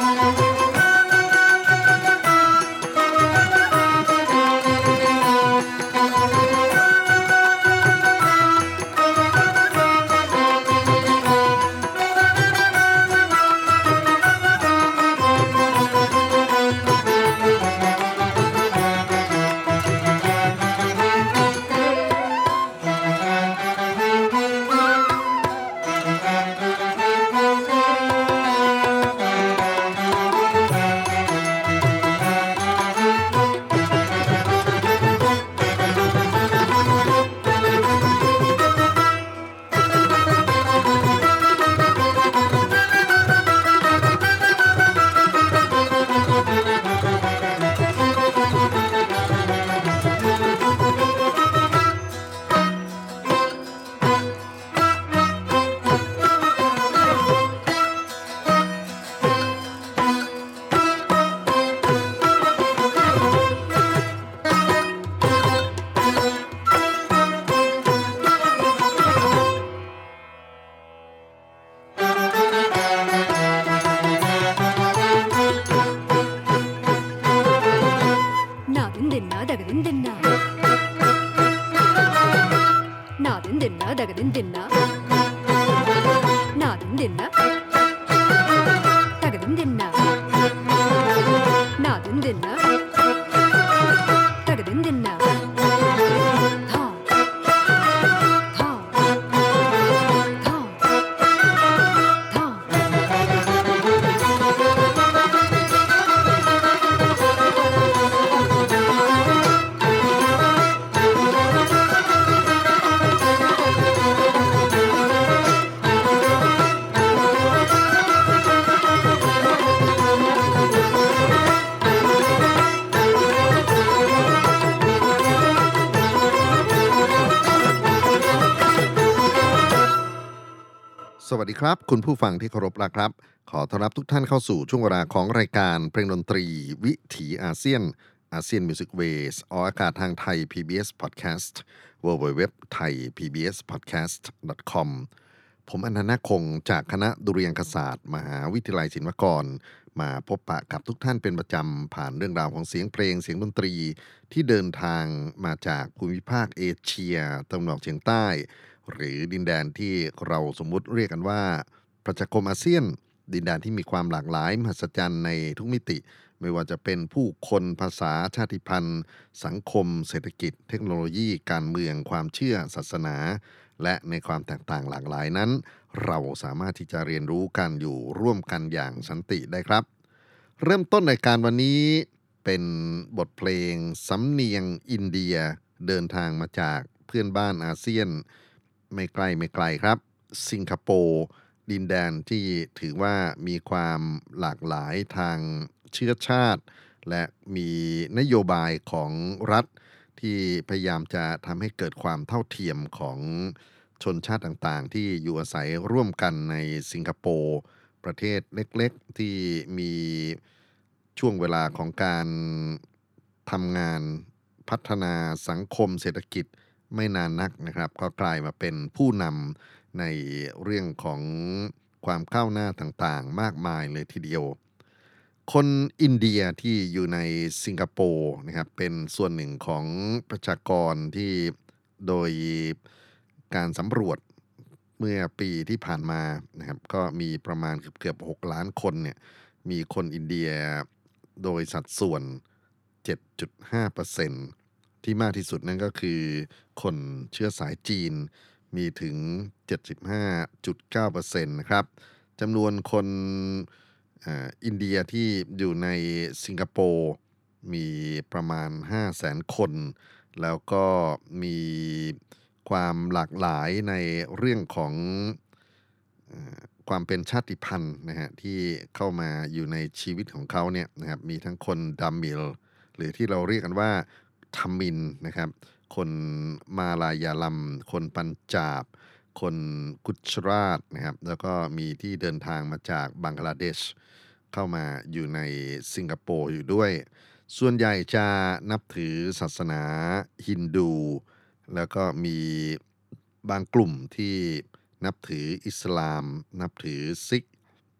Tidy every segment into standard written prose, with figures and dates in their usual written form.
สวัสดีครับคุณผู้ฟังที่เคารพรักครับขอต้อนรับทุกท่านเข้าสู่ช่วงเวลาของรายการเพลงดนตรีวิถีอาเซียนอาเซียนมิวสิกเวสออกอากาศทางไทย PBS Podcast www.thaipbspodcast.com ผมอนันต์คงจากคณะดุริยางคศาสตร์มหาวิทยาลัยศิลปากรมาพบปะกับทุกท่านเป็นประจำผ่านเรื่องราวของเสียงเพลงเสียงดนตรีที่เดินทางมาจากภูมิภาคเอเชียตะวันออกเฉียงใต้หรือดินแดนที่เราสมมุติเรียกกันว่าประชาคมอาเซียนดินแดนที่มีความหลากหลายมหัศจรรย์ในทุกมิติไม่ว่าจะเป็นผู้คนภาษาชาติพันธุ์สังคมเศรษฐกิจเทคโนโลยีการเมืองความเชื่อศาสนาและในความแตกต่างหลากหลายนั้นเราสามารถที่จะเรียนรู้กันอยู่ร่วมกันอย่างสันติได้ครับเริ่มต้นในการวันนี้เป็นบทเพลงสำเนียงอินเดียเดินทางมาจากเพื่อนบ้านอาเซียนไม่ไกลครับสิงคโปร์ดินแดนที่ถือว่ามีความหลากหลายทางเชื้อชาติและมีนโยบายของรัฐที่พยายามจะทำให้เกิดความเท่าเทียมของชนชาติต่างๆที่อยู่อาศัยร่วมกันในสิงคโปร์ประเทศเล็กๆที่มีช่วงเวลาของการทำงานพัฒนาสังคมเศรษฐกิจไม่นานนักนะครับก็กลายมาเป็นผู้นำในเรื่องของความก้าวหน้าต่างๆมากมายเลยทีเดียวคนอินเดียที่อยู่ในสิงคโปร์นะครับเป็นส่วนหนึ่งของประชากรที่โดยการสำรวจเมื่อปีที่ผ่านมานะครับก็มีประมาณเกือบ6 ล้านคนเนี่ยมีคนอินเดียโดยสัดส่วน 7.5%ที่มากที่สุดนั่นก็คือคนเชื้อสายจีนมีถึง 75.9% นะครับจำนวนคนอินเดียที่อยู่ในสิงคโปร์มีประมาณ 500,000 คนแล้วก็มีความหลากหลายในเรื่องของความเป็นชาติพันธุ์นะฮะที่เข้ามาอยู่ในชีวิตของเขาเนี่ยนะครับมีทั้งคนดามิลหรือที่เราเรียกกันว่าทมิลนะครับคนมาลายาลัมคนปัญจาบคนกุจราตนะครับแล้วก็มีที่เดินทางมาจากบังกลาเทศเข้ามาอยู่ในสิงคโปร์อยู่ด้วยส่วนใหญ่จะนับถือศาสนาฮินดูแล้วก็มีบางกลุ่มที่นับถืออิสลามนับถือซิก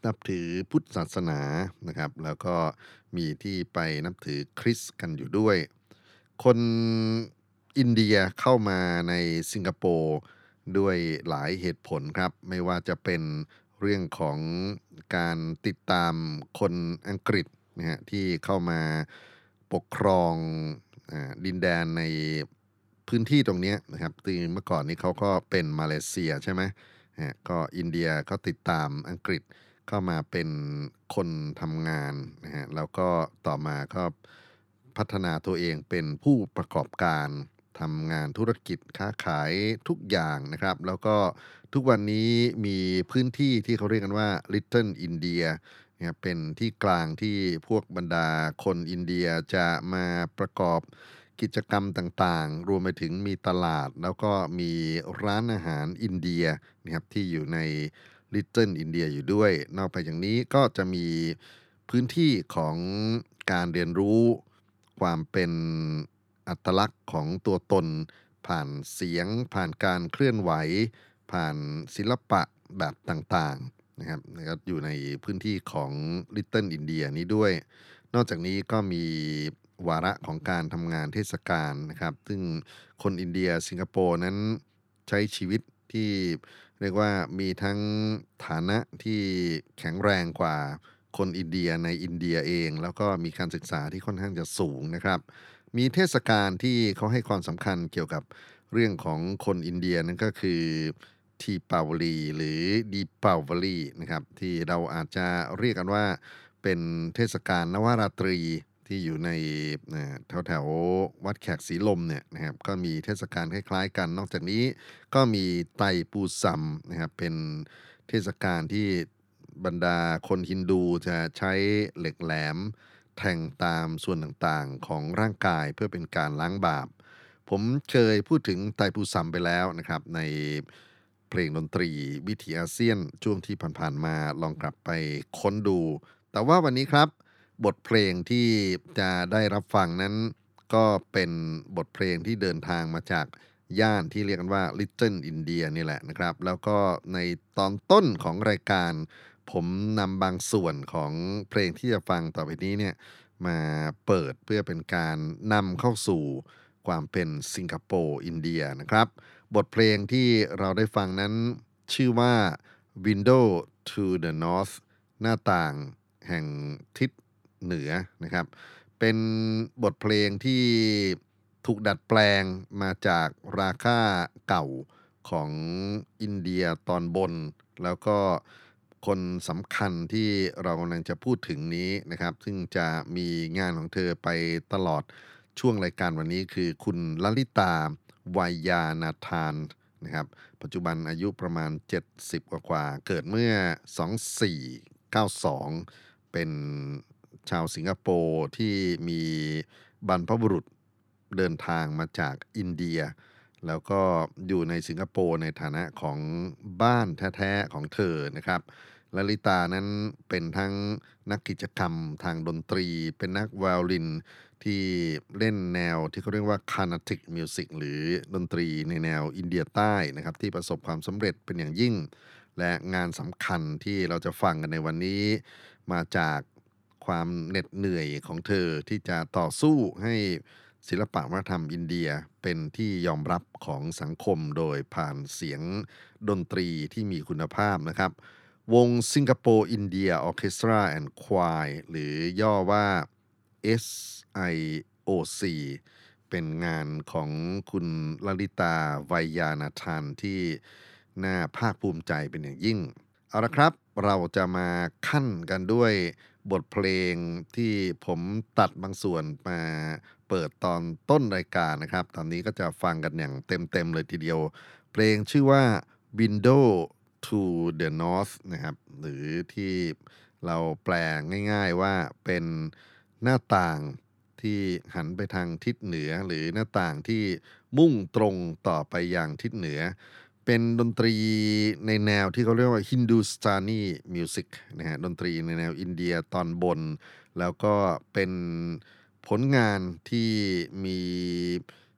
นับถือพุทธศาสนานะครับแล้วก็มีที่ไปนับถือคริสต์กันอยู่ด้วยคนอินเดียเข้ามาในสิงคโปร์ด้วยหลายเหตุผลครับไม่ว่าจะเป็นเรื่องของการติดตามคนอังกฤษนะฮะที่เข้ามาปกครองดินแดนในพื้นที่ตรงเนี้ยนะครับซึ่งเมื่อก่อนนี้เขาก็เป็นมาเลเซียใช่ไหมก็อินเดียก็ติดตามอังกฤษเข้ามาเป็นคนทำงานนะฮะแล้วก็ต่อมาก็พัฒนาตัวเองเป็นผู้ประกอบการทำงานธุรกิจค้าขายทุกอย่างนะครับแล้วก็ทุกวันนี้มีพื้นที่ที่เขาเรียกกันว่า Little India นะครับเป็นที่กลางที่พวกบรรดาคนอินเดียจะมาประกอบกิจกรรมต่างๆรวมไปถึงมีตลาดแล้วก็มีร้านอาหารอินเดียนะครับที่อยู่ใน Little India อยู่ด้วยนอกไปจากนี้ก็จะมีพื้นที่ของการเรียนรู้ความเป็นอัตลักษณ์ของตัวตนผ่านเสียงผ่านการเคลื่อนไหวผ่านศิลปะแบบต่างๆนะครับแล้วอยู่ในพื้นที่ของ Little India นี้ด้วย นอกจากนี้ก็มีวาระของการทำงานเทศกาลนะครับซึ่งคนอินเดียสิงคโปร์นั้นใช้ชีวิตที่เรียกว่ามีทั้งฐานะที่แข็งแรงกว่าคนอินเดียในอินเดียเองแล้วก็มีการศึกษาที่ค่อนข้างจะสูงนะครับมีเทศกาลที่เขาให้ความสำคัญเกี่ยวกับเรื่องของคนอินเดียนั่นก็คือทีปาวลีหรือดีปาวลีนะครับที่เราอาจจะเรียกกันว่า เป็นเทศกาลนวราตรีที่อยู่ในแถวๆวัดแขกศรีลมเนี่ยนะครับก็มีเทศกาลคล้ายๆกันนอกจากนี้ก็มีไตรปูซัมนะครับเป็นเทศกาลที่บรรดาคนฮินดูจะใช้เหล็กแหลมแทงตามส่วนต่างๆของร่างกายเพื่อเป็นการล้างบาปผมเคยพูดถึงไตรปูซัมไปแล้วนะครับในเพลงดนตรีวิถีอาเซียนช่วงที่ผ่านๆมาลองกลับไปค้นดู แต่ว่าวันนี้ครับบทเพลงที่จะได้รับฟังนั้นก็เป็นบทเพลงที่เดินทางมาจากย่านที่เรียกกันว่า Little India นี่แหละนะครับแล้วก็ในตอนต้นของรายการผมนำบางส่วนของเพลงที่จะฟังต่อไปนี้เนี่ยมาเปิดเพื่อเป็นการนำเข้าสู่ความเป็นสิงคโปร์อินเดียนะครับบทเพลงที่เราได้ฟังนั้นชื่อว่า Window to the North หน้าต่างแห่งทิศเหนือนะครับเป็นบทเพลงที่ถูกดัดแปลงมาจากราค่าเก่าของอินเดียตอนบนแล้วก็คนสำคัญที่เรากำลังจะพูดถึงนี้นะครับซึ่งจะมีงานของเธอไปตลอดช่วงรายการวันนี้คือคุณลลิตาวัยยานาธานนะครับปัจจุบันอายุประมาณ70กว่าๆเกิดเมื่อ2492เป็นชาวสิงคโปร์ที่มีบรรพบุรุษเดินทางมาจากอินเดียแล้วก็อยู่ในสิงคโปร์ในฐานะของบ้านแท้ๆของเธอนะครับลลิตานั้นเป็นทั้งนักกิจกรรมทางดนตรีเป็นนักไวโอลินที่เล่นแนวที่เขาเรียกว่า Carnatic Music หรือดนตรีในแนวอินเดียใต้นะครับที่ประสบความสำเร็จเป็นอย่างยิ่ง และงานสำคัญที่เราจะฟังกันในวันนี้มาจากความเหน็ดเหนื่อยของเธอที่จะต่อสู้ให้ศิลปะวัฒนธรรมอินเดียเป็นที่ยอมรับของสังคมโดยผ่านเสียงดนตรีที่มีคุณภาพนะครับวงสิงคโปร์อินเดียออร์เคสตราแอนด์ควายหรือย่อว่า SIOC เป็นงานของคุณลลิตาไวยานาธานที่น่าภาคภูมิใจเป็นอย่างยิ่งเอาละครับเราจะมาขั้นกันด้วยบทเพลงที่ผมตัดบางส่วนมาเปิดตอนต้นรายการนะครับตอนนี้ก็จะฟังกันอย่างเต็มๆเลยทีเดียวเพลงชื่อว่า Window to the North นะครับหรือที่เราแปลง่ายๆว่าเป็นหน้าต่างที่หันไปทางทิศเหนือหรือหน้าต่างที่มุ่งตรงต่อไปยังทิศเหนือเป็นดนตรีในแนวที่เขาเรียกว่า Hindustani Music นะฮะดนตรีในแนวอินเดียตอนบนแล้วก็เป็นผลงานที่มี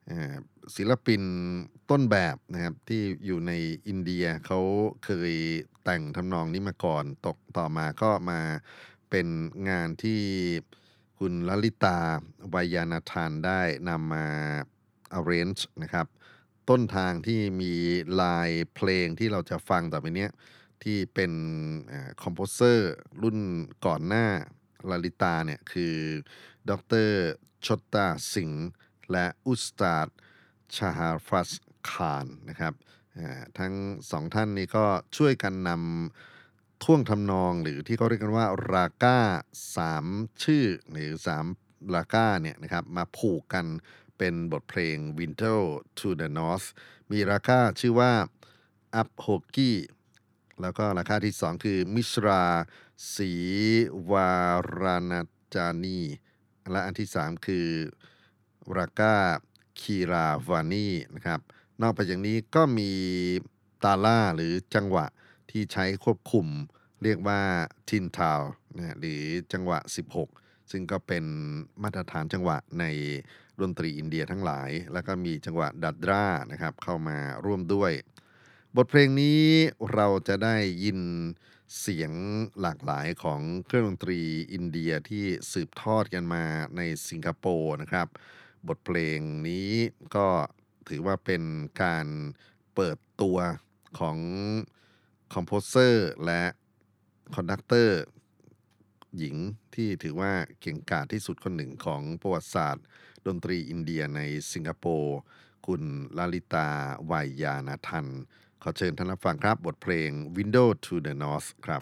อ่าศิลปินต้นแบบนะครับที่อยู่ในอินเดียเขาเคยแต่งทำนองนี้มาก่อนต่อมาก็มาเป็นงานที่คุณลลิตาไวยานธานได้นำมา arrange นะครับต้นทางที่มีลายเพลงที่เราจะฟังต่อไปเนี้ยที่เป็นคอมโพเซอร์รุ่นก่อนหน้าลลิตาเนี่ยคือดรชตตาสิงห์และอุสตาดชาฮาฟัสคานนะครับทั้งสองท่านนี้ก็ช่วยกันนำท่วงทำนองหรือที่เขาเรียกกันว่าราก้า3ชื่อหรือ3ราก้าเนี่ยนะครับมาผูกกันเป็นบทเพลง Winter to the North มีราก้าชื่อว่า Up Hoki แล้วก็ราคาที่2คือมิชราศรีวารานาจานีและอันที่3คือราก้าคีราวานีนะครับนอกไปจากนี้ก็มีตาล่าหรือจังหวะที่ใช้ควบคุมเรียกว่าทินทาวนะหรือจังหวะ16ซึ่งก็เป็นมาตรฐานจังหวะในดนตรีอินเดียทั้งหลายแล้วก็มีจังหวะดัดรานะครับเข้ามาร่วมด้วย บทเพลงนี้เราจะได้ยินเสียงหลากหลายของเครื่องดนตรีอินเดียที่สืบทอดกันมาในสิงคโปร์นะครับบทเพลงนี้ก็ถือว่าเป็นการเปิดตัวของคอมโพเซอร์และคอนดักเตอร์หญิงที่ถือว่าเก่งกาจที่สุดคนหนึ่งของประวัติศาสตร์ดนตรีอินเดียในสิงคโปร์คุณลลิตาไวยานทัน ขอเชิญท่านรับฟังครับบทเพลง Window to the North ครับ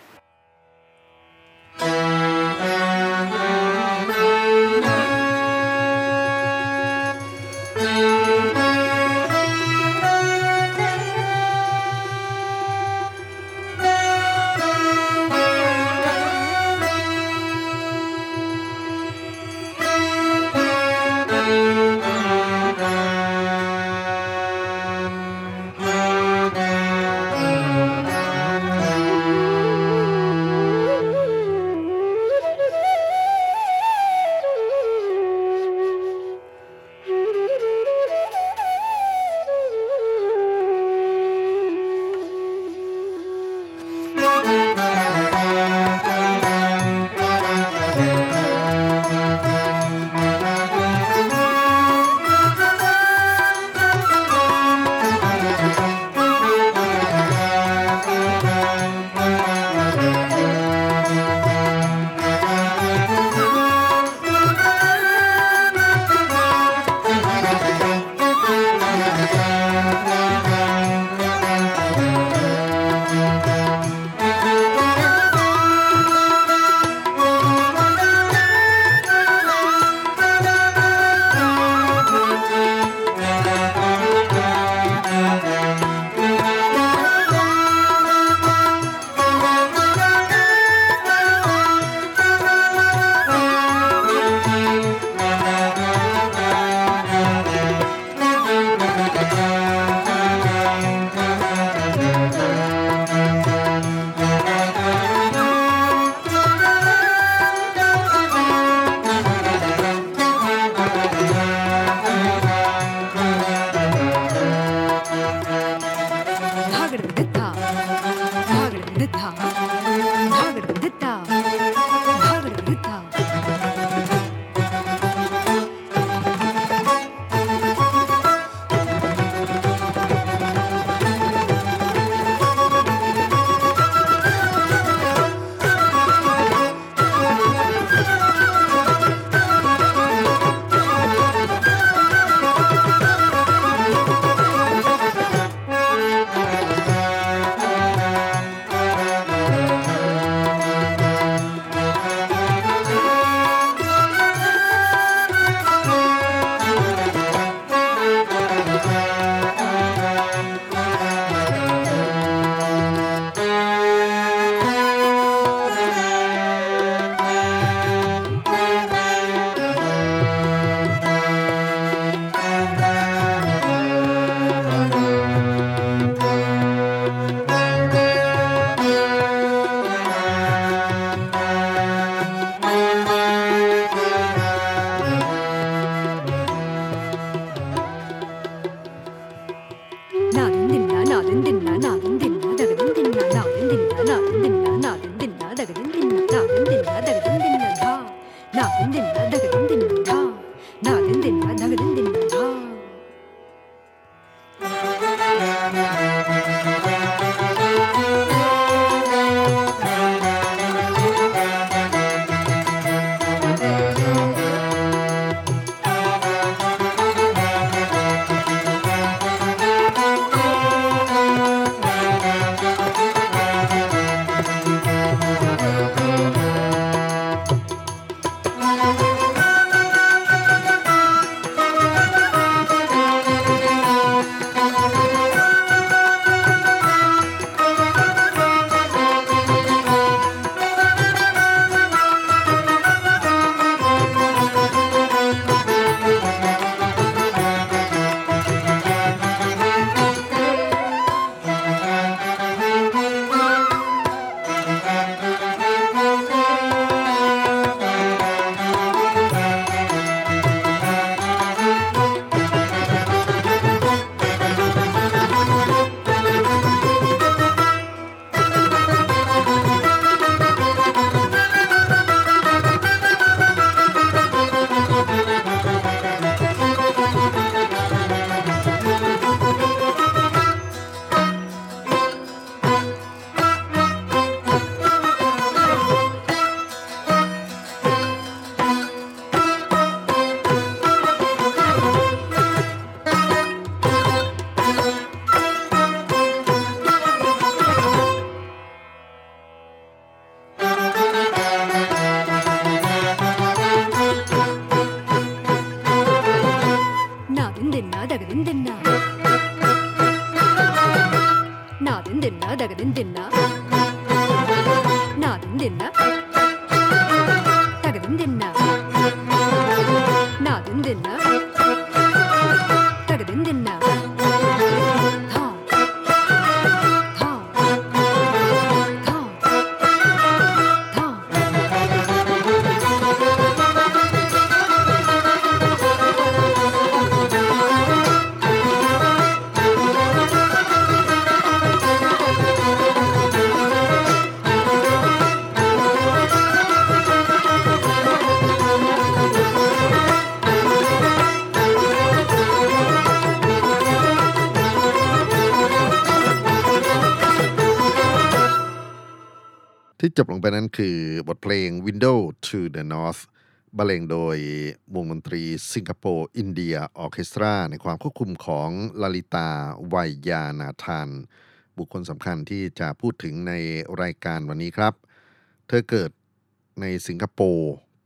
จบลงไปนั้นคือบทเพลง Window to the North บรรเลงโดยวงดนตรีสิงคโปร์อินเดียออร์เคสตราในความควบคุมของลลิตาไวยานาธานบุคคลสำคัญที่จะพูดถึงในรายการวันนี้ครับ เธอเกิดในสิงคโปร์ปี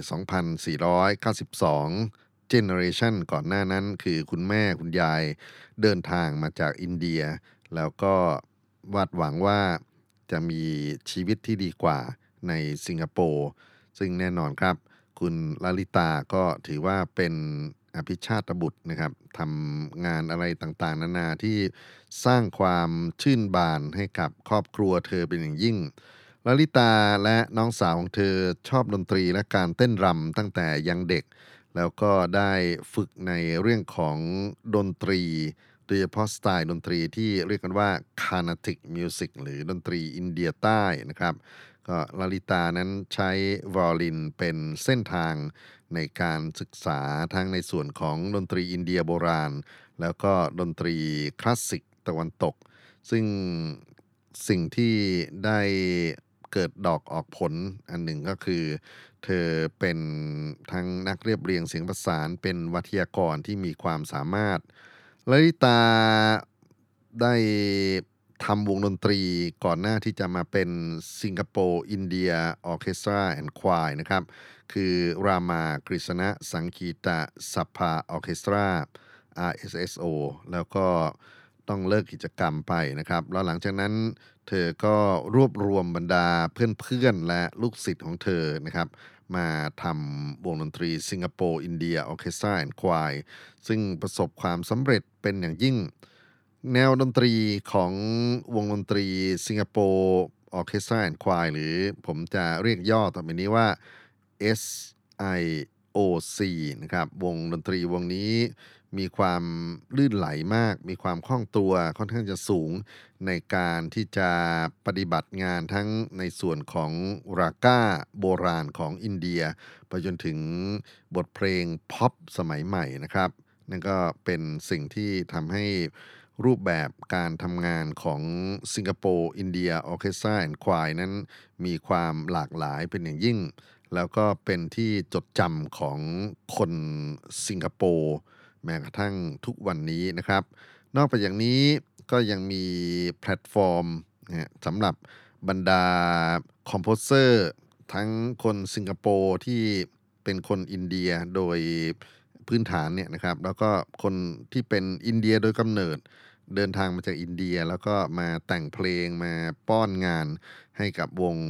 2492 เจเนอเรชันก่อนหน้านั้นคือคุณแม่คุณยายเดินทางมาจากอินเดีย แล้วก็วาดหวังว่าจะมีชีวิตที่ดีกว่าในสิงคโปร์ซึ่งแน่นอนครับคุณลลิตาก็ถือว่าเป็นอภิชาตบุตรนะครับทำงานอะไรต่างๆนานาที่สร้างความชื่นบานให้กับครอบครัวเธอเป็นอย่างยิ่งลลิตาและน้องสาวของเธอชอบดนตรีและการเต้นรำตั้งแต่ยังเด็กแล้วก็ได้ฝึกในเรื่องของดนตรีโดยเฉพาะสไตล์ดนตรีที่เรียกกันว่า Carnatic Music หรือดนตรีอินเดียใต้นะครับก็ลลิตานั้นใช้วอลลินเป็นเส้นทางในการศึกษาทั้งในส่วนของดนตรีอินเดียโบราณแล้วก็ดนตรีคลาสสิกตะวันตกซึ่งสิ่งที่ได้เกิดดอกออกผลอันหนึ่งก็คือเธอเป็นทั้งนักเรียบเรียงเสียงประสานเป็นวิทยากรที่มีความสามารถลลิตาได้ทำวงดนตรีก่อนหน้าที่จะมาเป็นสิงคโปร์อินเดียออร์เคสตราแอนด์ควายนะครับคือรามากฤษณสังคีตสภาออร์เคสตรา RSSO แล้วก็ต้องเลิกกิจกรรมไปนะครับแล้วหลังจากนั้นเธอก็รวบรวมบรรดาเพื่อนๆและลูกศิษย์ของเธอนะครับมาทำวงดนตรีสิงคโปร์อินเดียออร์เคสตราแอนด์ควายซึ่งประสบความสำเร็จเป็นอย่างยิ่งแนวดนตรีของวงดนตรีสิงคโปร์ออร์เคสตราแอนด์ควายหรือผมจะเรียกย่อต่อไปนี้ว่า SIOC นะครับวงดนตรีวงนี้มีความลื่นไหลมากมีความคล่องตัวค่อนข้างจะสูงในการที่จะปฏิบัติงานทั้งในส่วนของราก้าโบราณของอินเดียไปจนถึงบทเพลงพ็อปสมัยใหม่นะครับนั่นก็เป็นสิ่งที่ทำให้รูปแบบการทำงานของสิงคโปร์อินเดียออร์เคสตราแอนด์ควายนั้นมีความหลากหลายเป็นอย่างยิ่งแล้วก็เป็นที่จดจำของคนสิงคโปร์แม้กระทั่งทุกวันนี้นะครับนอกจากอย่างนี้ก็ยังมีแพลตฟอร์มนะสำหรับบรรดาคอมโพเซอร์ทั้งคนสิงคโปร์ที่เป็นคนอินเดียโดยพื้นฐานเนี่ยนะครับแล้วก็คนที่เป็นอินเดียโดยกำเนิดเดินทางมาจากอินเดียแล้วก็มาแต่งเพลงมาป้อนงานให้กับวง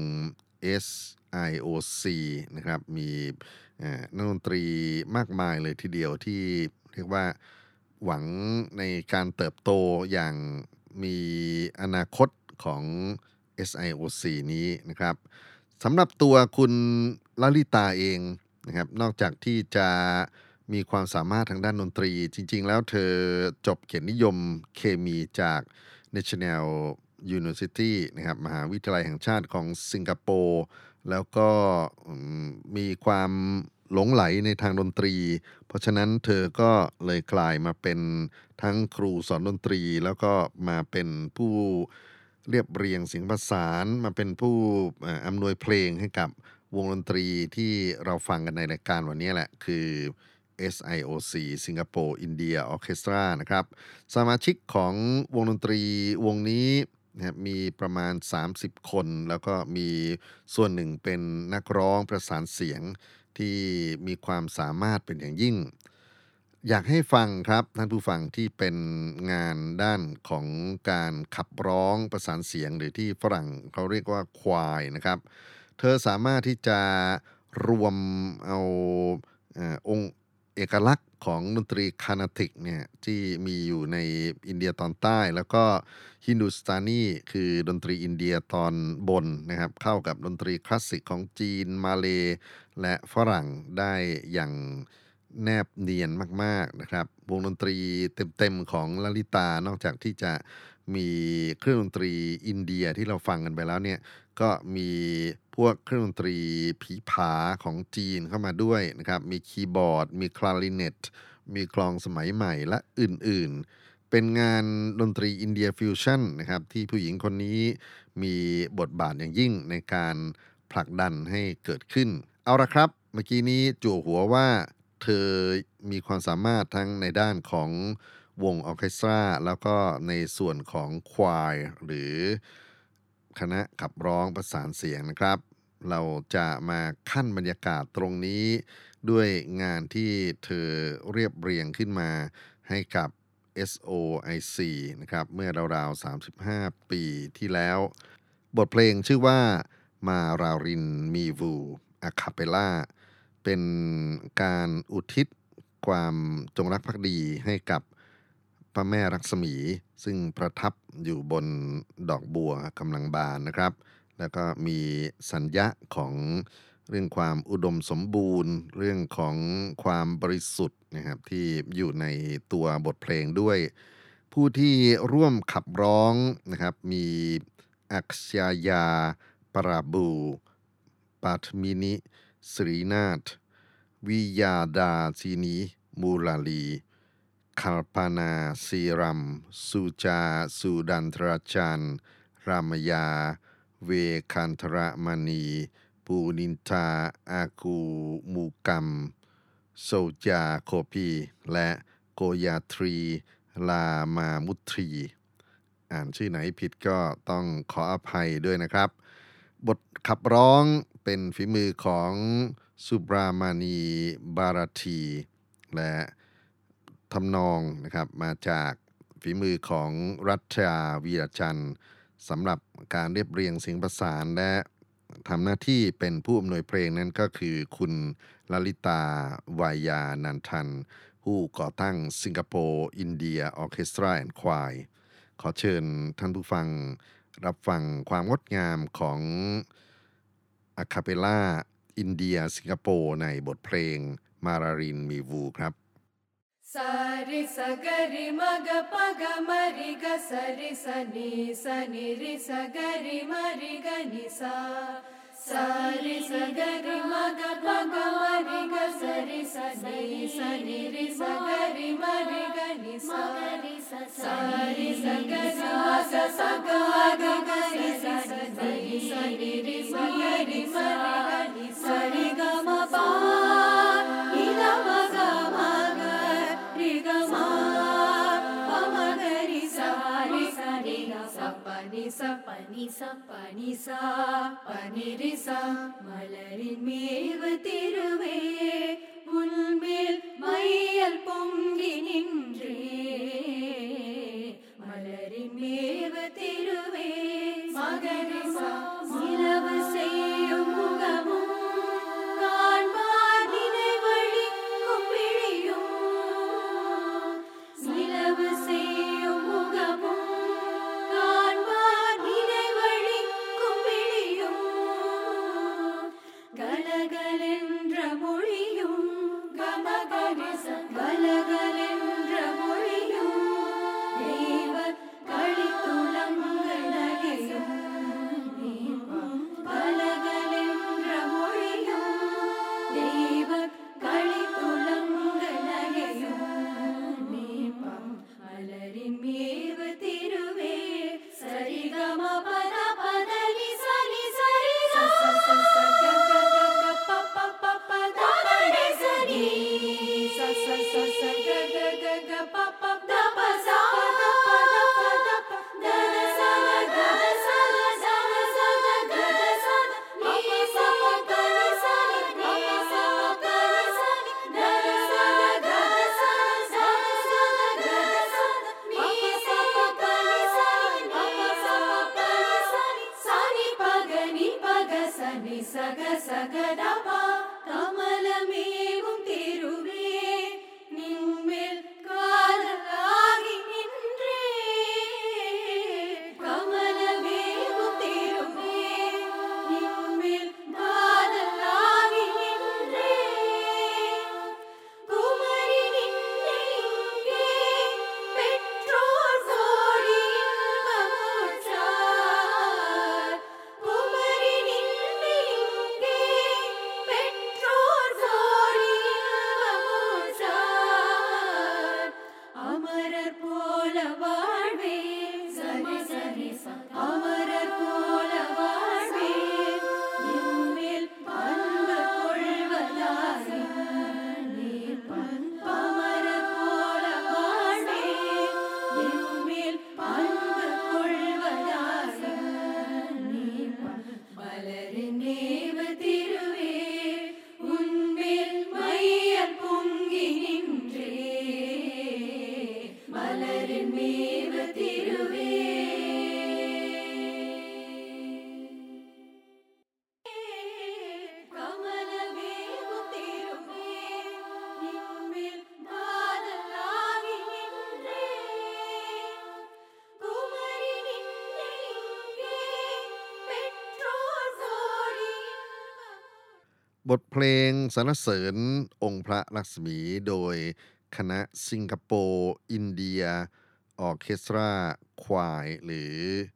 SIOC นะครับมีนักดนตรีมากมายเลยทีเดียวที่เรียกว่าหวังในการเติบโตอย่างมีอนาคตของ SIOC นี้นะครับสำหรับตัวคุณลลิตาเองนะครับนอกจากที่จะมีความสามารถทางด้านดนตรีจริงๆแล้วเธอจบเกียรตินิยมเคมีจาก National University นะครับมหาวิทยาลัยแห่งชาติของสิงคโปร์แล้วก็มีความหลงไหลในทางดนตรีเพราะฉะนั้นเธอก็เลยกลายมาเป็นทั้งครูสอนดนตรีแล้วก็มาเป็นผู้เรียบเรียงเสียงประสานมาเป็นผู้อำนวยเพลงให้กับวงดนตรีที่เราฟังกันในรายการวันนี้แหละคือ SIOC สิงคโปร์อินเดียออร์เคสตรานะครับสมาชิกของวงดนตรีวงนี้นะครับมีประมาณ30คนแล้วก็มีส่วนหนึ่งเป็นนักร้องประสานเสียงที่มีความสามารถเป็นอย่างยิ่งอยากให้ฟังครับท่านผู้ฟังที่เป็นงานด้านของการขับร้องประสานเสียงหรือที่ฝรั่งเขาเรียกว่าควายนะครับเธอสามารถที่จะรวมเอาองค์เอกลักษณ์ของดนตรีคานาติกเนี่ยที่มีอยู่ในอินเดียตอนใต้แล้วก็ฮินดูสตานีคือดนตรีอินเดียตอนบนนะครับเข้ากับดนตรีคลาสสิกของจีนมาเลย์และฝรั่งได้อย่างแนบเนียนมากๆนะครับวงดนตรีเต็มๆของลลิตานอกจากที่จะมีเครื่องดนตรีอินเดียที่เราฟังกันไปแล้วเนี่ยก็มีพวกเครื่องดนตรีผีผาของจีนเข้ามาด้วยนะครับมีคีย์บอร์ดมีคลาริเนตมีกลองสมัยใหม่และอื่นๆเป็นงานดนตรีอินเดียฟิวชั่นนะครับที่ผู้หญิงคนนี้มีบทบาทอย่างยิ่งในการผลักดันให้เกิดขึ้นเอาละครับเมื่อกี้นี้จั่วหัวว่าเธอมีความสามารถทั้งในด้านของวงออร์เคสตราแล้วก็ในส่วนของควายหรือคณะขับร้องประสานเสียงนะครับเราจะมาขั้นบรรยากาศตรงนี้ด้วยงานที่เธอเรียบเรียงขึ้นมาให้กับ SOIC นะครับเมื่อราวๆ35 ปีที่แล้วบทเพลงชื่อว่ามารารินมีวูอะคาเปล่าเป็นการอุทิศความจงรักภักดีให้กับพระแม่ลักษมีซึ่งประทับอยู่บนดอกบัวกำลังบานนะครับแล้วก็มีสัญญะของเรื่องความอุดมสมบูรณ์เรื่องของความบริสุทธิ์นะครับที่อยู่ในตัวบทเพลงด้วยผู้ที่ร่วมขับร้องนะครับมีอักษยาปราบูปาทมินิสรีนาถวิยาดาจีนีมูลาลีคาปานาซีรัมสุจาสุดันทราจันรามยาเวคันธรมณีปูนินทาอากูมูกัมโซจาโคพีและโกยาทรีลามามุทรีอ่านชื่อไหนผิดก็ต้องขออภัยด้วยนะครับบทขับร้องเป็นฝีมือของสุบรามานีบาราทีและทำนองนะครับมาจากฝีมือของรัชชาวีรจันทร์สำหรับการเรียบเรียงเสียงประสานและทำหน้าที่เป็นผู้อำนวยเพลงนั้นก็คือคุณลลิตาวายานันทันผู้ก่อตั้งสิงคโปร์อินเดียออร์เคสตราแอนด์ควายขอเชิญท่านผู้ฟังรับฟังความงดงามของอะคาเปล่าอินเดียสิงคโปร์ในบทเพลงมารารินมีวูครับ Sari sagari maga paga mariga sari sani sani ri sagari mariga nisa Sari sagari maga paga mariga sari sani sani ri sagari mariga nisa Sari sagari maga saga aga ri sani sani ri sagari mariga nisa Sari ga ma pa ila maga maga Panisa panirisa malarin meevu thiruve ulmel mayal pongi ninre malarin meevu thiruve magarisa nilavu seyyum mugamum kaanvar ninaivalli kumbidiyum nilavu seyyum mugamum கலகலென்ற மொழியும் கலகலென்ற மொழியும் தெய்வ களித்துளங்கள் நகையும் கலகலென்ற மொழியும் தெய்வ களித்துளங்கள் நகையும் மலரின் மேவு திருவே சரிகம பத பதனி சனி சரி Sa sa sa sa ga ga ga ga pa pa da pa sa pa da pa บทเพลงสรรเสริญองค์พระลักษมีโดยคณะสิงคโปร์อินเดียออร์เคสตราควายหรือ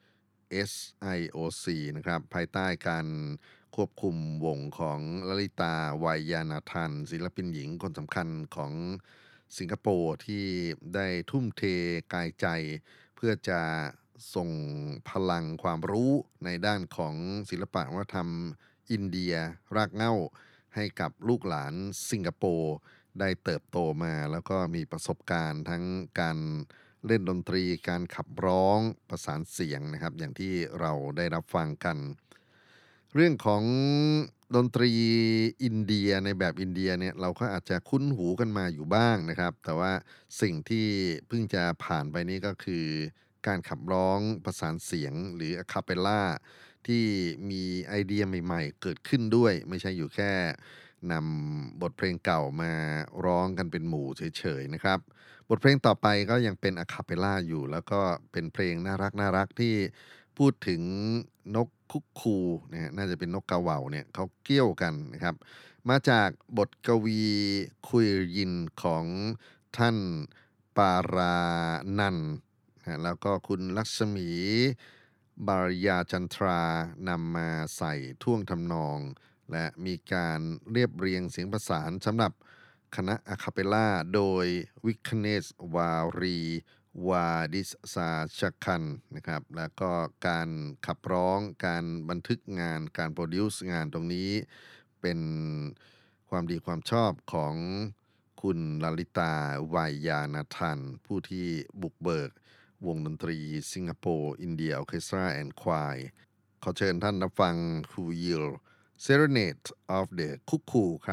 SIOC นะครับภายใต้การควบคุมวงของลลิตาวัยยานาทันศิลปินหญิงคนสำคัญของสิงคโปร์ที่ได้ทุ่มเทกายใจเพื่อจะส่งพลังความรู้ในด้านของศิลปะวัฒนธรรมอินเดียรากเหง้าให้กับลูกหลานสิงคโปร์ได้เติบโตมาแล้วก็มีประสบการณ์ทั้งการเล่นดนตรีการขับร้องประสานเสียงนะครับอย่างที่เราได้รับฟังกัน เรื่องของดนตรีอินเดียในแบบอินเดียเนี่ยเราก็อาจจะคุ้นหูกันมาอยู่บ้างนะครับแต่ว่าสิ่งที่เพิ่งจะผ่านไปนี้ก็คือการขับร้องประสานเสียงหรืออะคาเปลล่าที่มีไอเดียใหม่ๆเกิดขึ้นด้วยไม่ใช่อยู่แค่นำบทเพลงเก่ามาร้องกันเป็นหมู่เฉยๆนะครับบทเพลงต่อไปก็ยังเป็นอะคาเปลล่าอยู่แล้วก็เป็นเพลงน่ารักที่ พูดถึงนกคุกคูนะฮะน่าจะเป็นนกกาเหว่าเนี่ยเขาเกี้ยวกันนะครับมาจากบทกวีคุยยินของท่านปารานันท์นะแล้วก็คุณลักษมีบารยาจันทรานำมาใส่ท่วงทำนอง และมีการเรียบเรียงเสียงประสานสำหรับคณะอะคาเปลล่าโดยวิคเนสวารีวาดิสซาชคันนะครับแล้วก็การขับร้องการบันทึกงานการโปรดิวซ์งานตรงนี้เป็นความดีความชอบของคุณลลิตาวัยยานาทันผู้ที่บุกเบิกวงดนตรีสิงคโปร์อินเดียออร์เคสตราแอนด์ควายขอเชิญท่านรับฟัง Who Yield Serenade of the Cuckoo ครับ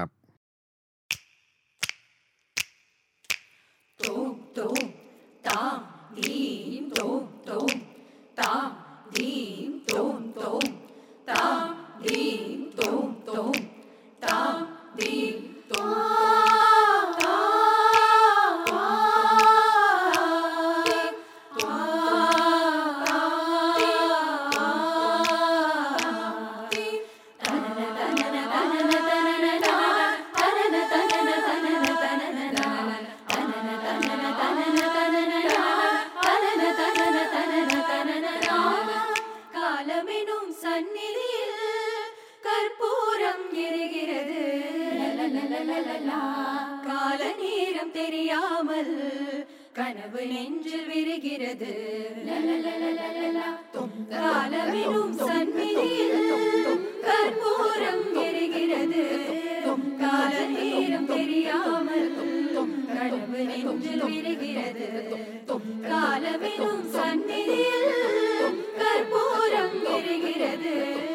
Tom tom tam dim tom tom tam dim tom tom tam dim tom tom tam dim tom காலமெனும் சந்நிதியில் கற்பூரம் எரிகிறது லலலலலலலா. கால நேரம் தெரியாமல் கனவு நெஞ்சில் விரிகிறது லலலலலலலா. காலமெனும் சந்நிதியில் கற்பூரம் எரிகிறது கால நேரம் தெரியாமல் கனவு நெஞ்சில் விரிகிறது காலமெனும் சந்நிதியில் கற்பூரம் எரிகிறது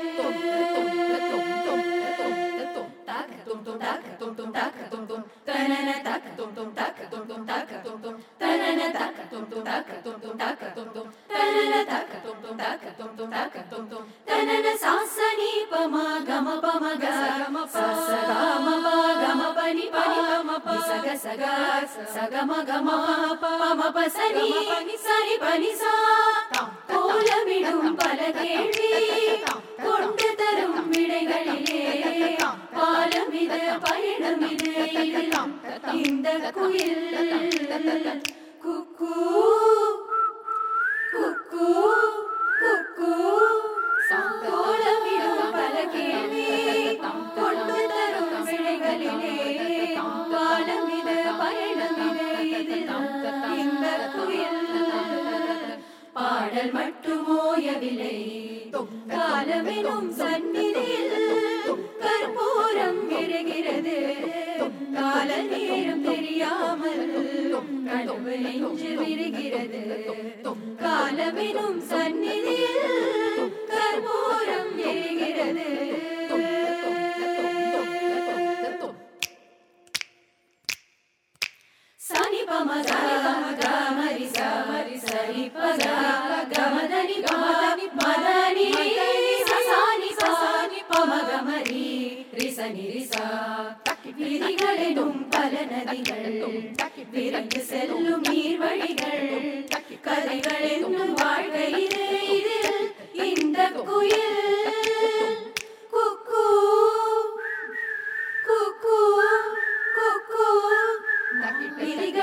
சாசனி பமா கம பம க சச கம ப கம பனி பனி பம ப சக சக சகம கம பம பசனி சரி பனி சா கோலமிடும் பல கேள்வி கொண்டு தரும் விடைகளிலே பாலமிது பயணமிது இந்த குயில் குக்கு குக்கு குக்கு கோலமிடும் பல கேள்வி கொண்டு தரும் விடைகளிலே பாலமிது பயணமிது இந்த குயில் பாடல் மட்டும் ஓயவில்லை காலமெனும் சந்நிதியில் கற்பூரம் எரிகிறது கால நேரம் தெரியாமல் கனவு நெஞ்சு விரிகிறது காலமெனும் சந்நிதியில் கற்பூரம் எரிகிறது சனி பம கமரி சமரி சரி பக கமதனி பமதனி மதனி சசானி சசானி பம கமரி ரிசனி ரிசா விதிகளெனும் பல நதிகள் விரைந்து செல்லும் நீர்வழிகள் கதைகள் என்னும் வாழ்க்கை இது இதில் இந்த குயில் குக்கு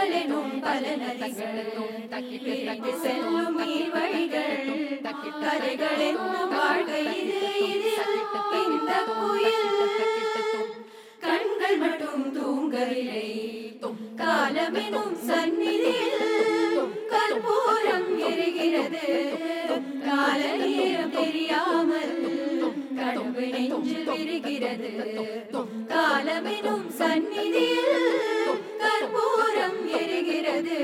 கரைகளெனும் பல நதிகள் விரைந்து செல்லும் நீர் வழிகள் கரைகளென்னும் வாழ்க்கை இதில் இந்த குயில் கண்கள் மட்டும் தூங்கவில்லை காலமெனும் சந்நிதியில் கற்பூரம் எரிகிறது கால நேரம் தெரியாமல் கடவு நெஞ்சில் விரிகிறது காலமெனும் சந்நிதியில் கற்பூரம் எரிகிறது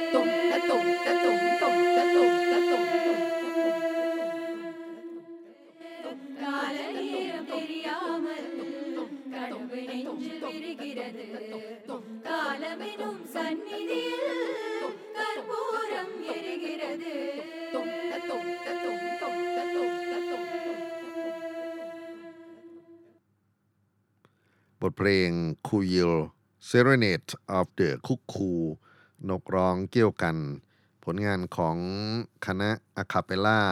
கால நேரம் தெரியாமல் கடவு நெஞ்சில் விரிகிறது காலமெனும் சந்நிதியில் கற்பூரம் எரிகிறது บทเพลง Kuil Serenade of the Cuckoo นกร้องเกี่ยวกันผลงานของคณะอะคาเปลล่า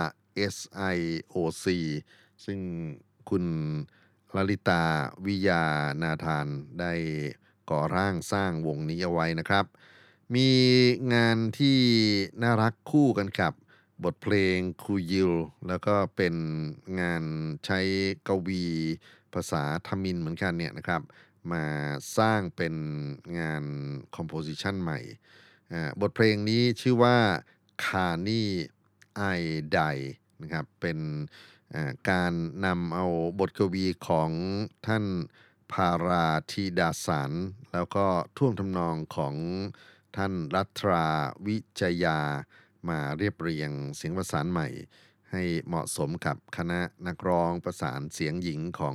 SIOC ซึ่งคุณลลิตาวิยานาธานได้ก่อร่างสร้างวงนี้เอาไว้นะครับมีงานที่น่ารักคู่กันกับบทเพลงคูยิลแล้วก็เป็นงานใช้กวีภาษาทมิฬเหมือนกันเนี่ยนะครับมาสร้างเป็นงานคอมโพสิชันใหม่บทเพลงนี้ชื่อว่าคานี่ไอไดนะครับเป็นการนำเอาบทกวีของท่านพาราธีดาสารแล้วก็ท่วงทำนองของท่านรัตราวิจยามาเรียบเรียงเสียงประสานใหม่ให้เหมาะสมกับคณะนักร้องประสานเสียงหญิงของ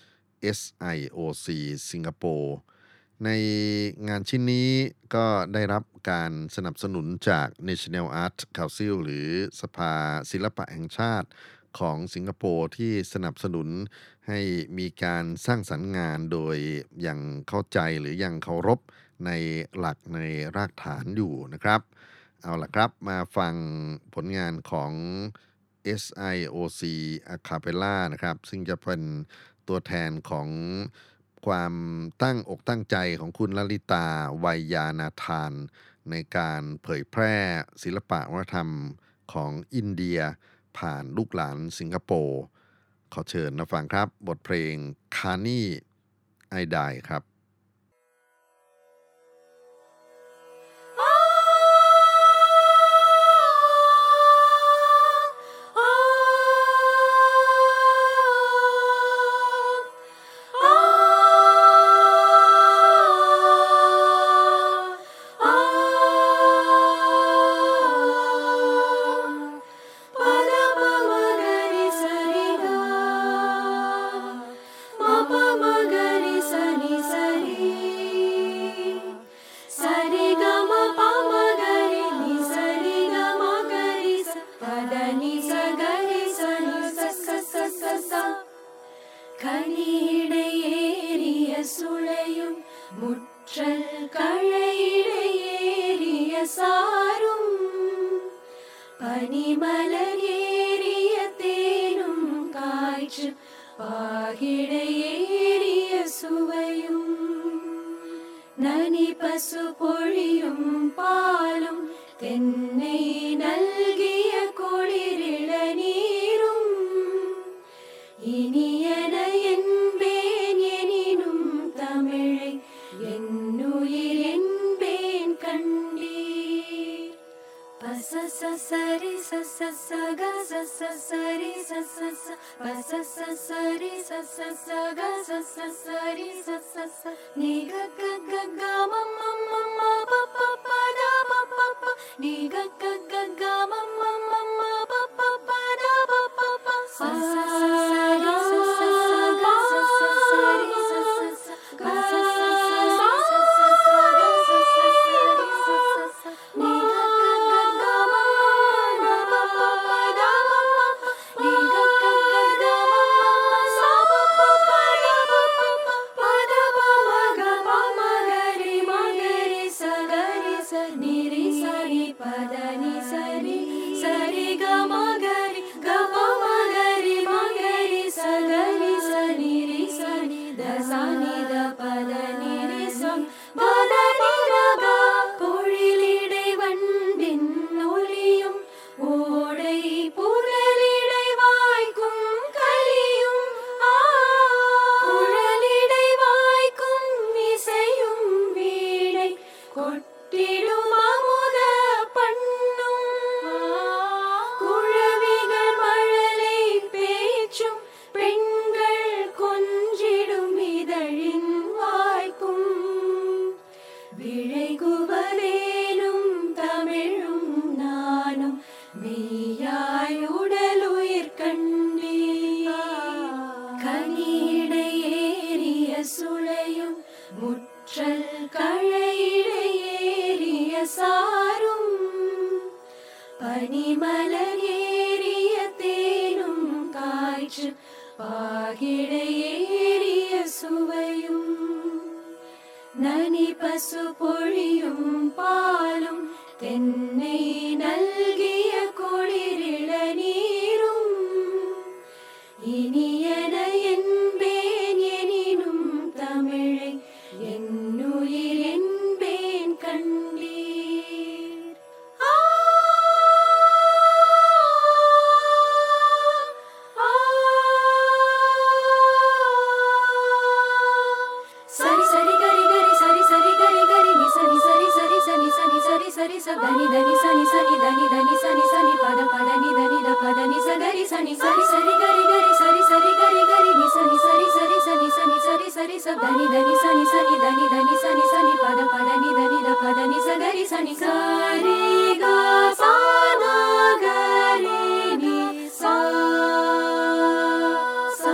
SIOC สิงคโปร์ในงานชิ้นนี้ก็ได้รับการสนับสนุนจาก National Art Council หรือสภาศิลปะแห่งชาติของสิงคโปร์ที่สนับสนุนให้มีการสร้างสรรค์งานโดยยังเข้าใจหรือยังเคารพในหลักในรากฐานอยู่นะครับเอาล่ะครับมาฟังผลงานของ SIOC A Cappella นะครับซึ่งจะเป็นตัวแทนของความตั้งอกตั้งใจของคุณลลิตาวัยยานาธานในการเผยแพร่ศิลปะวัฒนธรรมของอินเดียผ่านลูกหลานสิงคโปร์ขอเชิญมาฟังครับบทเพลงคานี่ไอไดครับ Puri முற்றல் கழையிடையேறிய சாரும் பனிமலர் ஏறிய தேனும் காய்ச்சு பாகிடையேறிய சுவையும் நனி பசு பொழியும் பாலும் தென்னை நல்கிய குளிரிள நீரும் இனியன என்பேன் எனினும் தமிழை என்னுயிர் என்பேன் கண்டீர். ஆ ஆ சரி சரி கரி கரி சரி சரி கரி கரி நி சரி சரி சரி சனி சனி சரி சரி ச தனி தனி சனி சனி தனி தனி சனி சனி பத பத நி தனி த பத நி ச கரி சனி சரி சரி கரி கரி சரி சரி கரி கரி நி சனி சரி சரி சனி சனி சரி சரி ச தனி தனி சனி சனி தனி தனி சனி சனி பத பத நி தனி த பத நி ச கரி சனி சரி க சா நா கரி நி சா சா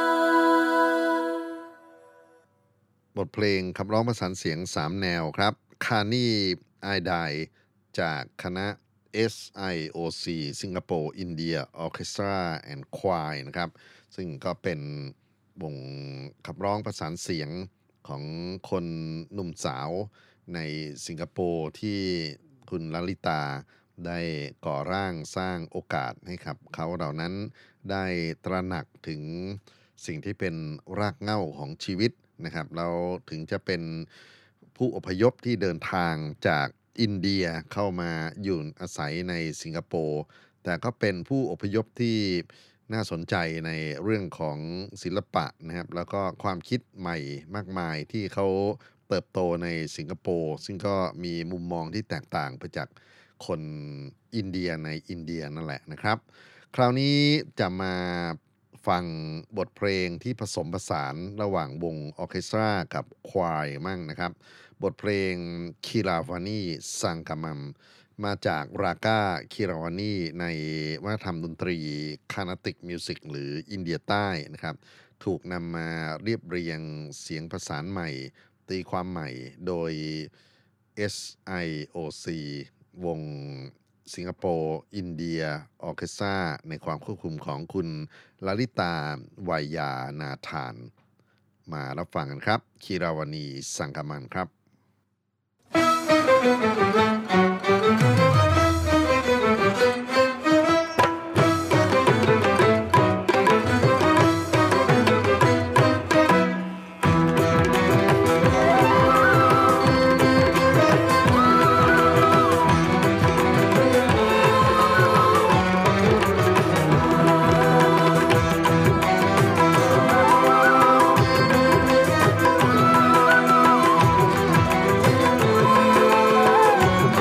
บทเพลงขับร้องประสานเสียง3แนวครับคานี่ไอไดจากคณะ SIOC Singapore India Orchestra and Choir นะครับซึ่งก็เป็นวงขับร้องประสานเสียงของคนหนุ่มสาวในสิงคโปร์ที่คุณลลิตาได้ก่อร่างสร้างโอกาสให้ครับเขาเหล่านั้นได้ตระหนักถึงสิ่งที่เป็นรากเหง้าของชีวิตนะครับเราถึงจะเป็นผู้อพยพที่เดินทางจากอินเดียเข้ามาอยู่อาศัยในสิงคโปร์แต่ก็เป็นผู้อพยพที่น่าสนใจในเรื่องของศิลปะนะครับแล้วก็ความคิดใหม่มากมายที่เขาเติบโตในสิงคโปร์ซึ่งก็มีมุมมองที่แตกต่างไปจากคนอินเดียในอินเดียนั่นแหละนะครับคราวนี้จะมาฟังบทเพลงที่ผสมผสานระหว่างวงออร์เคสตรากับควายมั่งนะครับบทเพลงคีราวานีสังกมัมมาจากราก้าคีราวานีในวัฒนธรรมดนตรีคานาติกมิวสิกหรืออินเดียใต้นะครับถูกนำมาเรียบเรียงเสียงประสานใหม่ตีความใหม่โดย SIOC วงสิงคโปร์อินเดียออร์เคสตราในความควบคุมของคุณลลิตาวัยยานาธานมารับฟังกันครับคีราวานีสังกมันครับ ஆ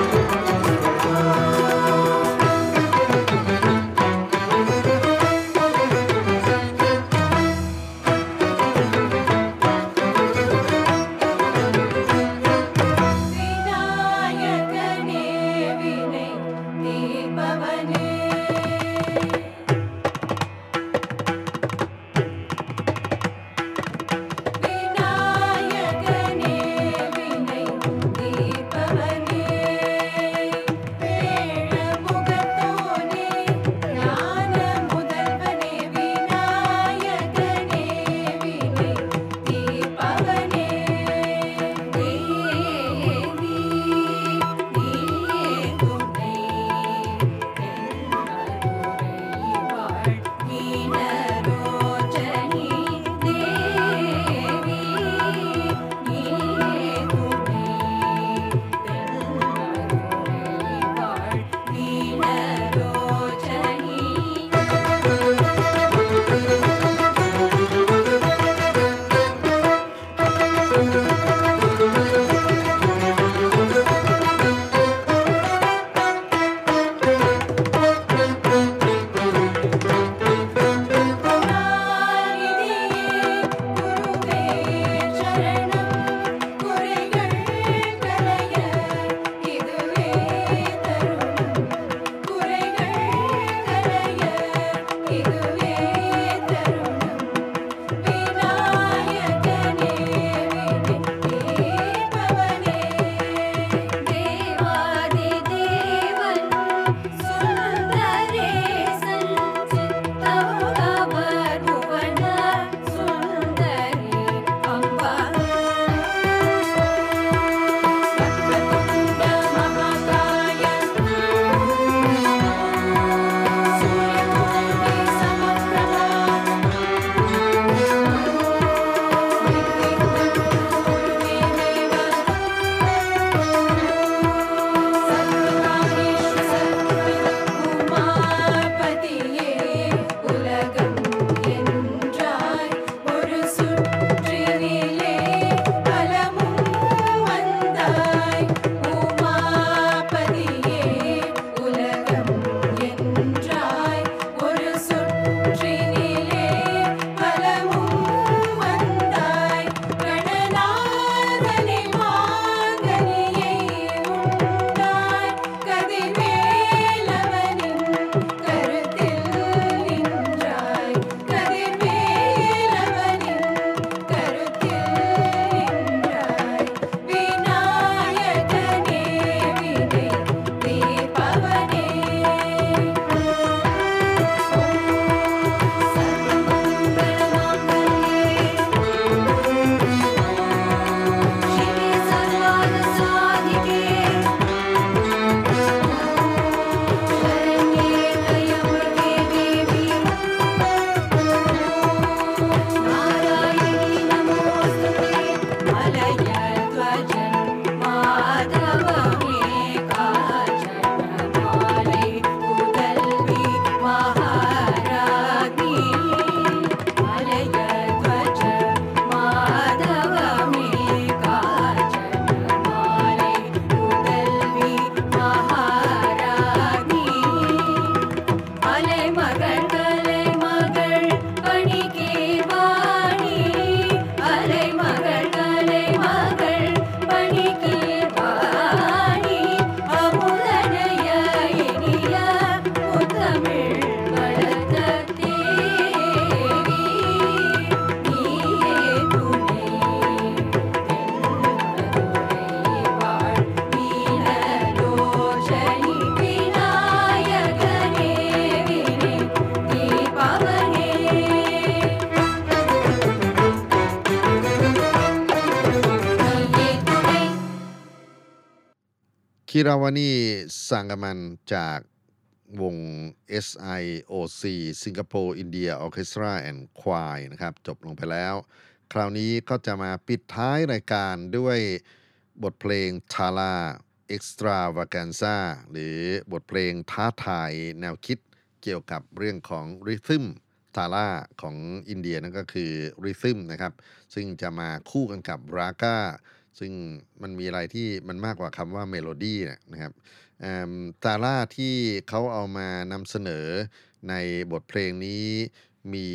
คิราวานีสังกมันจากวง SIOC Singapore India Orchestra and Choir นะครับจบลงไปแล้วคราวนี้ก็จะมาปิดท้ายรายการด้วยบทเพลง Thala Extravaganza หรือบทเพลงท้าทายแนวคิดเกี่ยวกับเรื่องของริทึมทาร่าของอินเดียนั่นก็คือริทึมนะครับซึ่งจะมาคู่กันกับราก้าซึ่งมันมีอะไรที่มันมากกว่าคำว่าเมโลดี้นะครับทาร่าที่เขาเอามานำเสนอในบทเพลงนี้มี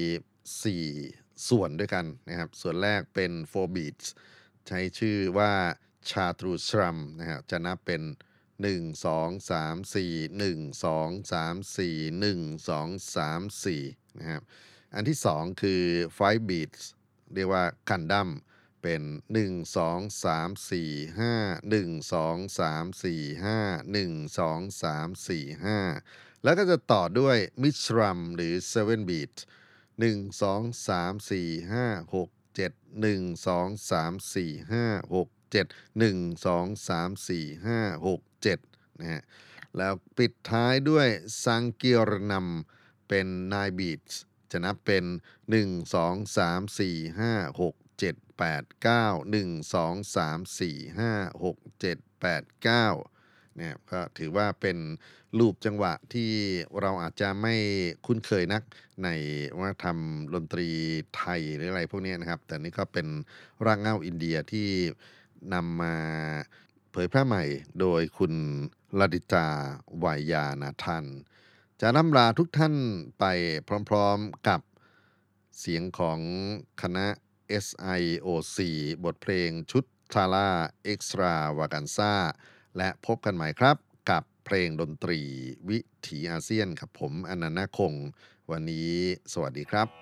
4ส่วนด้วยกันนะครับส่วนแรกเป็น4 beats ใช้ชื่อว่าชาตรูชรัมนะครับจะนับเป็น1 2 3 4 1 2 3 4 1 2 3 4นะครับอันที่2คือ5 beats เรียกว่ากันดั้มเป็น1 2 3 4 5 1 2 3 4 5 1 2 3 4 5แล้วก็จะต่อด้วยมิชรัมหรือ7 beats 1 2 3 4 5 6 7 1 2 3 4 5 6 7 1 2 3 4 5 6 7นะฮะแล้วปิดท้ายด้วยสังเกียรนัมเป็น9 beats จะนับเป็น1 2 3 4 5 6 7 8 9 1 2 3 4 5 6 7 8 9เนี่ยก็ถือว่าเป็นรูปจังหวะที่เราอาจจะไม่คุ้นเคยนักในวัฒนธรรมดนตรีไทยหรืออะไรพวกนี้นะครับแต่นี่ก็เป็นรากเหง้าอินเดียที่นำมาเผยแพร่ใหม่โดยคุณลดิตาวายานาทันจะร่ำลาทุกท่านไปพร้อมๆกับเสียงของคณะ SIOC บทเพลงชุด Thala Extravaganza และพบกันใหม่ครับกับเพลงดนตรีวิถีอาเซียนครับผมอนันต์คงวันนี้สวัสดีครับ